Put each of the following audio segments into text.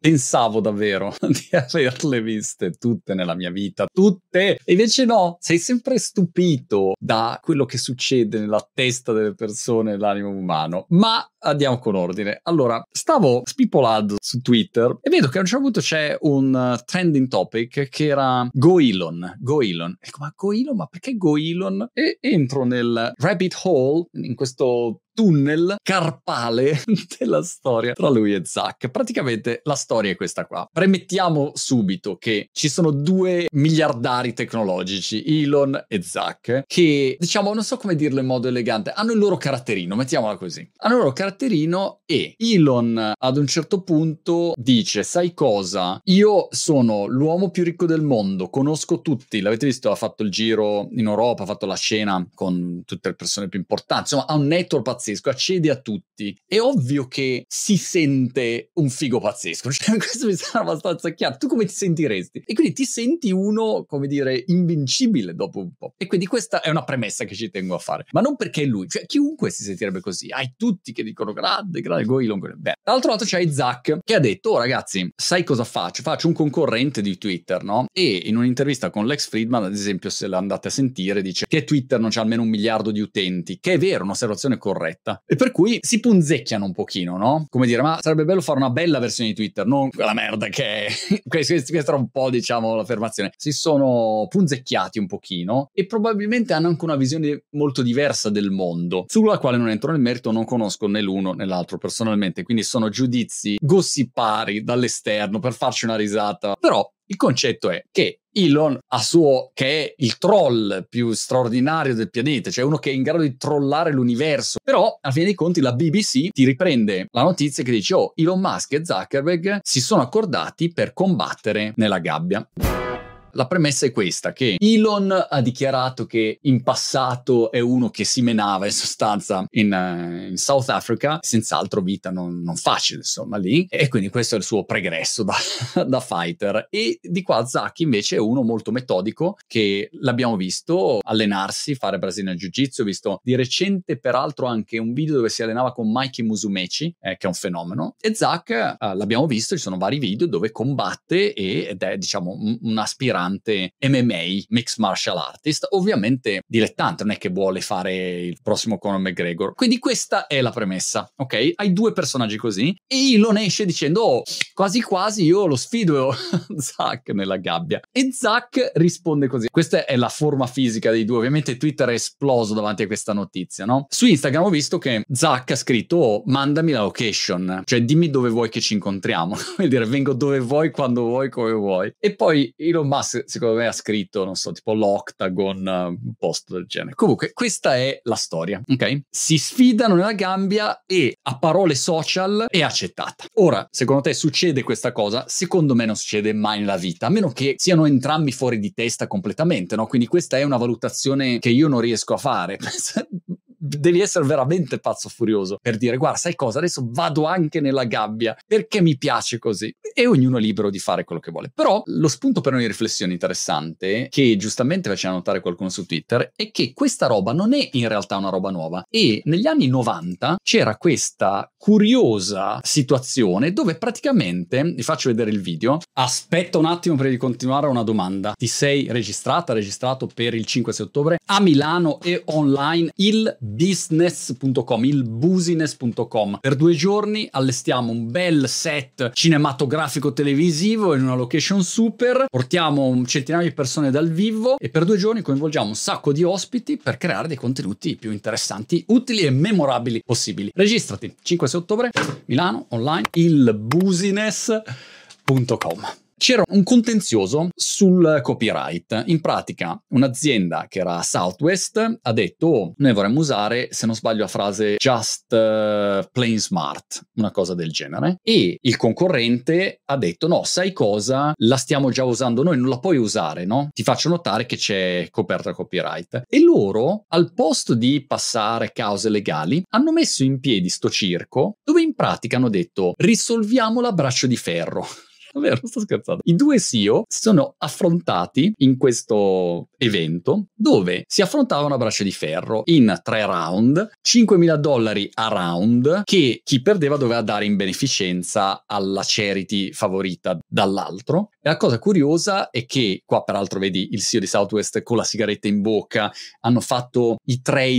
pensavo davvero di averle viste tutte nella mia vita, tutte, e invece no, sei sempre stupito da quello che succede nella testa delle persone, nell'animo umano. Ma andiamo con ordine. Allora, stavo spippolando su Twitter e vedo che a un certo punto c'è un trending topic che era Go Elon. Ecco, ma Go Elon? Ma perché Go Elon? E entro nel rabbit hole, in questo tunnel carpale della storia tra lui e Zuck. Praticamente la storia è questa qua. Premettiamo subito che ci sono due miliardari tecnologici, Elon e Zuck, che, diciamo, non so come dirlo in modo elegante, hanno il loro caratterino, mettiamola così. Hanno il loro caratterino e Elon ad un certo punto dice: sai cosa? Io sono l'uomo più ricco del mondo, conosco tutti, l'avete visto, ha fatto il giro in Europa, ha fatto la scena con tutte le persone più importanti, insomma ha un network pazzesco, accede a tutti. È ovvio che si sente un figo pazzesco, cioè questo mi sembra abbastanza chiaro. Tu come ti sentiresti? E quindi ti senti uno, come dire, invincibile dopo un po'. E quindi questa è una premessa che ci tengo a fare, ma non perché lui, cioè chiunque si sentirebbe così. Hai tutti che dicono grande Go Elon. Beh, dall'altro lato c'hai Zuck che ha detto: oh ragazzi, sai cosa faccio? Faccio un concorrente di Twitter, no? E in un'intervista con Lex Fridman, ad esempio, se l'andate a sentire, dice che Twitter non c'ha almeno 1 miliardo di utenti, che è vero, un'osservazione corretta. E per cui si punzecchiano un pochino, no? Come dire, ma sarebbe bello fare una bella versione di Twitter, non quella merda che è. Questa era un po', diciamo, l'affermazione. Si sono punzecchiati un pochino e probabilmente hanno anche una visione molto diversa del mondo, sulla quale non entro nel merito, non conosco né l'uno né l'altro personalmente, quindi sono giudizi gossipari dall'esterno per farci una risata. Però il concetto è che Elon che è il troll più straordinario del pianeta, cioè uno che è in grado di trollare l'universo. Però, a fine dei conti, la BBC ti riprende la notizia che dice: oh, Elon Musk e Zuckerberg si sono accordati per combattere nella gabbia. La premessa è questa, che Elon ha dichiarato che in passato è uno che si menava in sostanza in South Africa, senz'altro vita non facile, insomma, lì, e quindi questo è il suo pregresso da fighter. E di qua Zuck invece è uno molto metodico, che l'abbiamo visto allenarsi, fare Brazilian Jiu-Jitsu, ho visto di recente peraltro anche un video dove si allenava con Mikey Musumeci, che è un fenomeno, e Zuck l'abbiamo visto, ci sono vari video dove combatte ed è, diciamo, un aspirante MMA, Mixed Martial Artist, ovviamente dilettante, non è che vuole fare il prossimo Conor McGregor. Quindi questa è la premessa, ok? Hai due personaggi così e Elon esce dicendo: oh, quasi quasi io lo sfido Zuck nella gabbia. E Zuck risponde così. Questa è la forma fisica dei due. Ovviamente Twitter è esploso davanti a questa notizia, no? Su Instagram ho visto che Zuck ha scritto: oh, mandami la location, cioè dimmi dove vuoi che ci incontriamo. Vuol dire, vengo dove vuoi, quando vuoi, come vuoi. E poi Elon Musk secondo me ha scritto, non so, tipo l'Octagon, un post del genere. Comunque questa è la storia, ok? Si sfidano nella gabbia e a parole social è accettata. Ora, secondo te succede questa cosa? Secondo me non succede mai nella vita, a meno che siano entrambi fuori di testa completamente, no? Quindi questa è una valutazione che io non riesco a fare. Devi essere veramente pazzo furioso per dire: guarda, sai cosa, adesso vado anche nella gabbia perché mi piace così. E ognuno è libero di fare quello che vuole. Però lo spunto per una riflessione interessante, che giustamente faceva notare qualcuno su Twitter, è che questa roba non è in realtà una roba nuova. E negli anni 90 c'era questa curiosa situazione dove praticamente, vi faccio vedere il video. Aspetta un attimo prima di continuare, una domanda: ti sei registrato per il 5-6 ottobre a Milano e online il business.com. Per 2 giorni allestiamo un bel set cinematografico televisivo in una location super, portiamo un centinaio di persone dal vivo e per 2 giorni coinvolgiamo un sacco di ospiti per creare dei contenuti più interessanti, utili e memorabili possibili. Registrati 5-6 ottobre, Milano, online, il business.com. C'era un contenzioso sul copyright. In pratica un'azienda che era Southwest ha detto: oh, noi vorremmo usare, se non sbaglio la frase, just plain smart, una cosa del genere, e il concorrente ha detto: no, sai cosa, la stiamo già usando noi, non la puoi usare, no? Ti faccio notare che c'è coperta copyright. E loro, al posto di passare cause legali, hanno messo in piedi sto circo dove in pratica hanno detto: risolviamola a braccio di ferro. Davvero, non sto scherzando. I due CEO si sono affrontati in questo evento dove si affrontavano a braccia di ferro in 3 round, $5.000 a round, che chi perdeva doveva dare in beneficenza alla charity favorita dall'altro. E la cosa curiosa è che qua peraltro vedi il CEO di Southwest con la sigaretta in bocca, hanno fatto i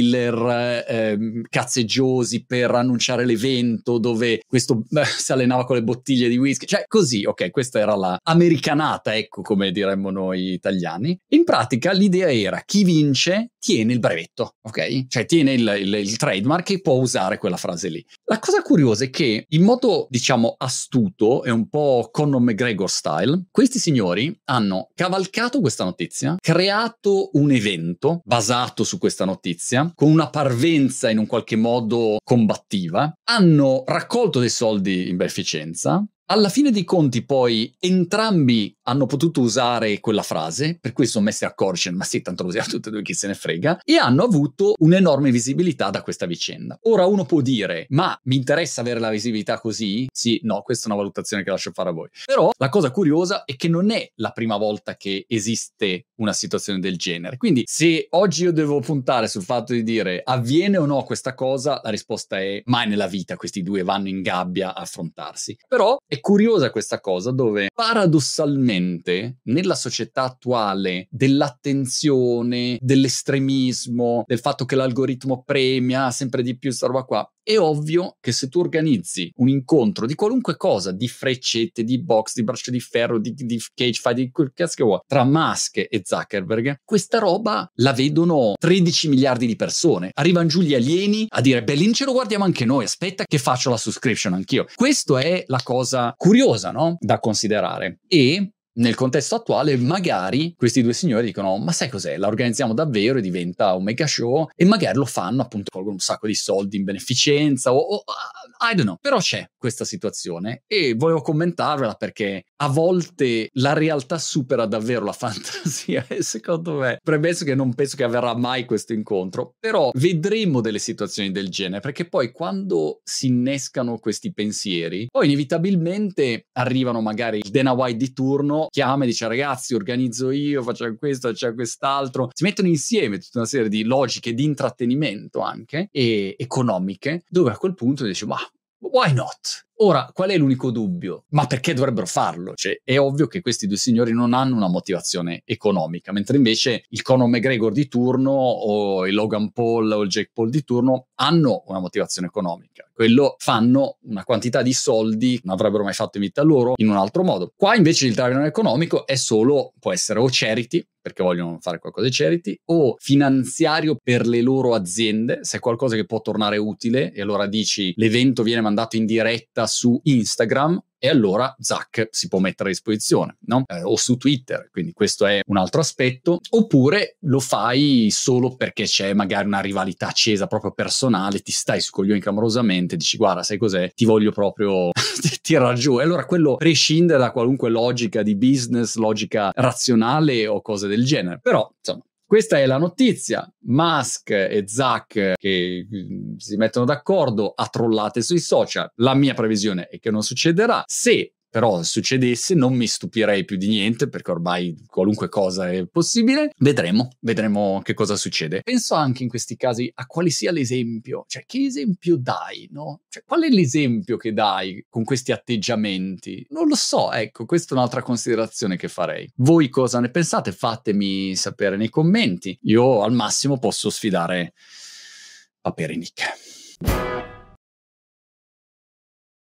trailer cazzeggiosi per annunciare l'evento dove questo si allenava con le bottiglie di whisky, cioè così, ok, questa era la americanata, ecco, come diremmo noi italiani. In pratica l'idea era: chi vince tiene il brevetto, ok? Cioè tiene il trademark e può usare quella frase lì. La cosa curiosa è che in modo, diciamo, astuto e un po' Conor McGregor style, questi signori hanno cavalcato questa notizia, creato un evento basato su questa notizia, con una parvenza in un qualche modo combattiva, hanno raccolto dei soldi in beneficenza. Alla fine dei conti poi entrambi hanno potuto usare quella frase, per cui sono messi a accordo, ma sì, tanto lo usiamo tutti e due, chi se ne frega, e hanno avuto un'enorme visibilità da questa vicenda. Ora uno può dire: ma mi interessa avere la visibilità così? Sì, no, questa è una valutazione che lascio fare a voi. Però la cosa curiosa è che non è la prima volta che esiste una situazione del genere. Quindi se oggi io devo puntare sul fatto di dire avviene o no questa cosa, la risposta è mai nella vita questi due vanno in gabbia a affrontarsi. Però è curiosa questa cosa dove paradossalmente nella società attuale dell'attenzione, dell'estremismo, del fatto che l'algoritmo premia sempre di più questa roba qua, è ovvio che se tu organizzi un incontro di qualunque cosa, di freccette, di box, di braccio di ferro, di cage fight, di quel cazzo che vuoi, tra Musk e Zuckerberg, questa roba la vedono 13 miliardi di persone. Arrivano giù gli alieni a dire: beh, lì ce lo guardiamo anche noi, aspetta che faccio la subscription anch'io. Questa è la cosa curiosa, no? Da considerare. E nel contesto attuale magari questi due signori dicono: ma sai cos'è? La organizziamo davvero e diventa un mega show, e magari lo fanno appunto con un sacco di soldi in beneficenza o I don't know. Però c'è questa situazione e volevo commentarvela perché a volte la realtà supera davvero la fantasia e secondo me, premesso che non penso che avverrà mai questo incontro, però vedremo delle situazioni del genere, perché poi quando si innescano questi pensieri poi inevitabilmente arrivano magari il Dana White di turno, chiama e dice: ragazzi, organizzo io, facciamo questo, facciamo quest'altro. Si mettono insieme tutta una serie di logiche di intrattenimento anche e economiche, dove a quel punto dice: ma why not? Ora, qual è l'unico dubbio? Ma perché dovrebbero farlo? Cioè, è ovvio che questi due signori non hanno una motivazione economica, mentre invece il Conor McGregor di turno o il Logan Paul o il Jake Paul di turno hanno una motivazione economica. Quello fanno una quantità di soldi che non avrebbero mai fatto in vita loro in un altro modo. Qua invece il driver economico è solo, può essere o charity, perché vogliono fare qualcosa di charity, o finanziario per le loro aziende, se è qualcosa che può tornare utile, e allora dici l'evento viene mandato in diretta su Instagram, e allora Zuck si può mettere a disposizione, no? O su Twitter, quindi questo è un altro aspetto. Oppure lo fai solo perché c'è magari una rivalità accesa proprio personale, ti stai sui coglioni clamorosamente, dici: guarda, sai cos'è? Ti voglio proprio tirare giù. E allora quello prescinde da qualunque logica di business, logica razionale o cose del genere. Però, insomma, questa è la notizia. Musk e Zuck che si mettono d'accordo a trollate sui social. La mia previsione è che non succederà. Se però succedesse non mi stupirei più di niente, perché ormai qualunque cosa è possibile. Vedremo che cosa succede. Penso anche in questi casi a quale sia l'esempio, cioè che esempio dai, no? Cioè qual è l'esempio che dai con questi atteggiamenti? Non lo so, ecco, questa è un'altra considerazione che farei. Voi cosa ne pensate? Fatemi sapere nei commenti. Io al massimo posso sfidare Paperinik.